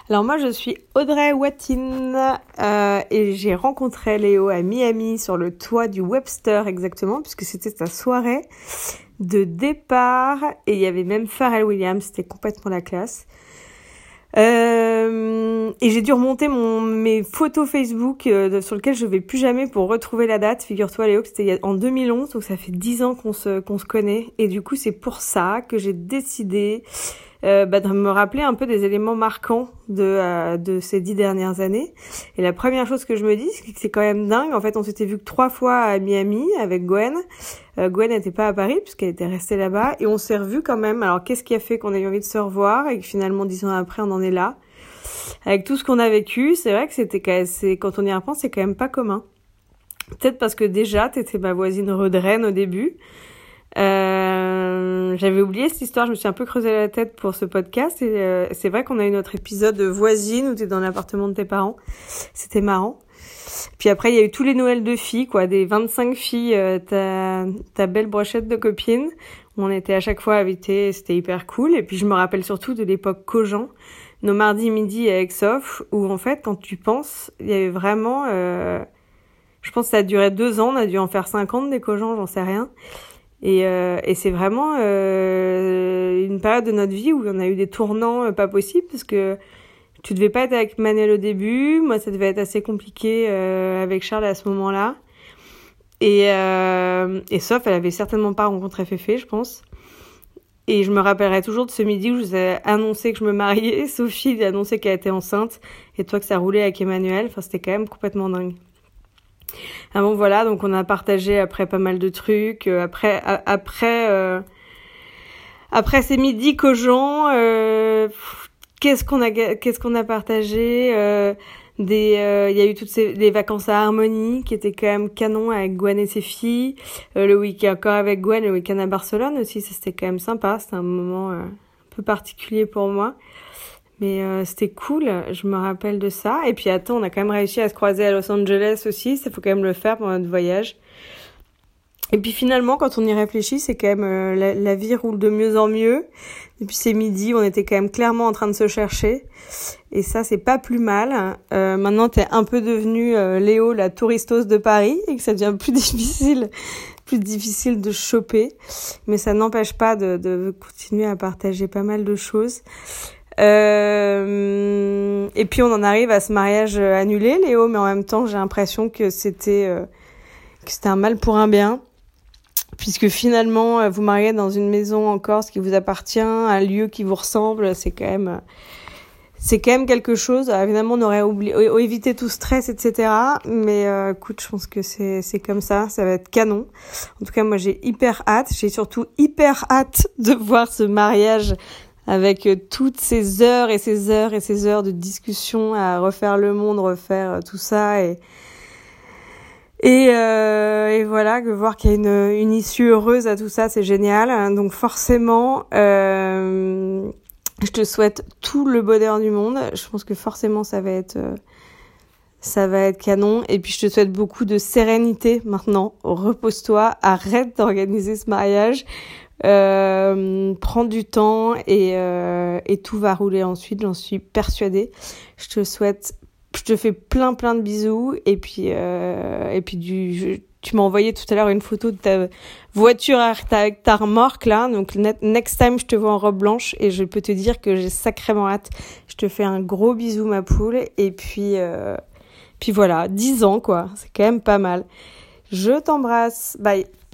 Alors moi je suis Audrey Watine et j'ai rencontré Léo à Miami sur le toit du Webster exactement puisque c'était sa soirée de départ et il y avait même Pharrell Williams, c'était complètement la classe. Et j'ai dû remonter mes photos Facebook sur lesquelles je vais plus jamais pour retrouver la date. Figure-toi Léo que c'était en 2011, donc ça fait 10 ans qu'on se connaît. Et du coup c'est pour ça que j'ai décidé de me rappeler un peu des éléments marquants de ces 10 dernières années. Et la première chose que je me dis, c'est que c'est quand même dingue. En fait, on s'était vu que 3 fois à Miami avec Gwen. Gwen n'était pas à Paris puisqu'elle était restée là-bas. Et on s'est revus quand même. Alors, qu'est-ce qui a fait qu'on a eu envie de se revoir et que finalement, 10 ans après, on en est là. Avec tout ce qu'on a vécu, c'est vrai que quand on y repense, c'est quand même pas commun. Peut-être parce que déjà, t'étais ma voisine Redrenne au début. J'avais oublié cette histoire, je me suis un peu creusé la tête pour ce podcast et c'est vrai qu'on a eu notre épisode voisine où t'es dans l'appartement de tes parents. C'était marrant. Puis après, il y a eu tous les Noëls de filles, quoi, des 25 filles, ta belle brochette de copines. Où on était à chaque fois invitées, c'était hyper cool. Et puis je me rappelle surtout de l'époque Cogent, nos mardis midi avec Sof, où en fait, quand tu penses, il y avait vraiment... je pense que ça a duré 2 ans, on a dû en faire 50 des Cogent, j'en sais rien. Et c'est vraiment une période de notre vie où on a eu des tournants pas possibles parce que tu devais pas être avec Manel au début, moi ça devait être assez compliqué avec Charles à ce moment-là. Et sauf elle avait certainement pas rencontré Féfé, je pense. Et je me rappellerai toujours de ce midi où je vous ai annoncé que je me mariais, Sophie a annoncé qu'elle était enceinte et toi que ça roulait avec Emmanuel, enfin c'était quand même complètement dingue. Ah bon voilà, donc on a partagé après pas mal de trucs. Après ces midis Cogent, qu'est-ce qu'on a partagé il y a eu toutes les vacances à Harmonie qui étaient quand même canon avec Gwen et ses filles. Le week-end encore avec Gwen, le week-end à Barcelone aussi, ça c'était quand même sympa. C'était un moment un peu particulier pour moi. Mais c'était cool, je me rappelle de ça. Et puis attends, on a quand même réussi à se croiser à Los Angeles aussi, ça faut quand même le faire pendant notre voyage. Et puis finalement, quand on y réfléchit, c'est quand même la vie roule de mieux en mieux. Depuis ces midis, on était quand même clairement en train de se chercher. Et ça, c'est pas plus mal. Maintenant, t'es un peu devenue Léo, la touristos de Paris, et que ça devient plus difficile de choper. Mais ça n'empêche pas de continuer à partager pas mal de choses. Et puis on en arrive à ce mariage annulé, Léo, mais en même temps j'ai l'impression que c'était un mal pour un bien, puisque finalement vous mariez dans une maison en Corse qui vous appartient, un lieu qui vous ressemble, c'est quand même quelque chose. Alors, évidemment on aurait évité tout stress, etc. Mais écoute, je pense que c'est comme ça va être canon. En tout cas moi j'ai surtout hyper hâte de voir ce mariage avec toutes ces heures et ces heures et ces heures de discussion à refaire le monde, refaire tout ça et voilà, que voir qu'il y a une issue heureuse à tout ça, c'est génial. Donc forcément, je te souhaite tout le bonheur du monde. Je pense que forcément ça va être canon. Et puis je te souhaite beaucoup de sérénité maintenant. Repose-toi, arrête d'organiser ce mariage. Prends du temps et tout va rouler ensuite, j'en suis persuadée. Je te fais plein de bisous et puis tu m'as envoyé tout à l'heure une photo de ta voiture avec ta remorque là, donc next time je te vois en robe blanche et je peux te dire que j'ai sacrément hâte. Je te fais un gros bisou ma poule et puis voilà, 10 ans quoi, c'est quand même pas mal. Je t'embrasse, bye.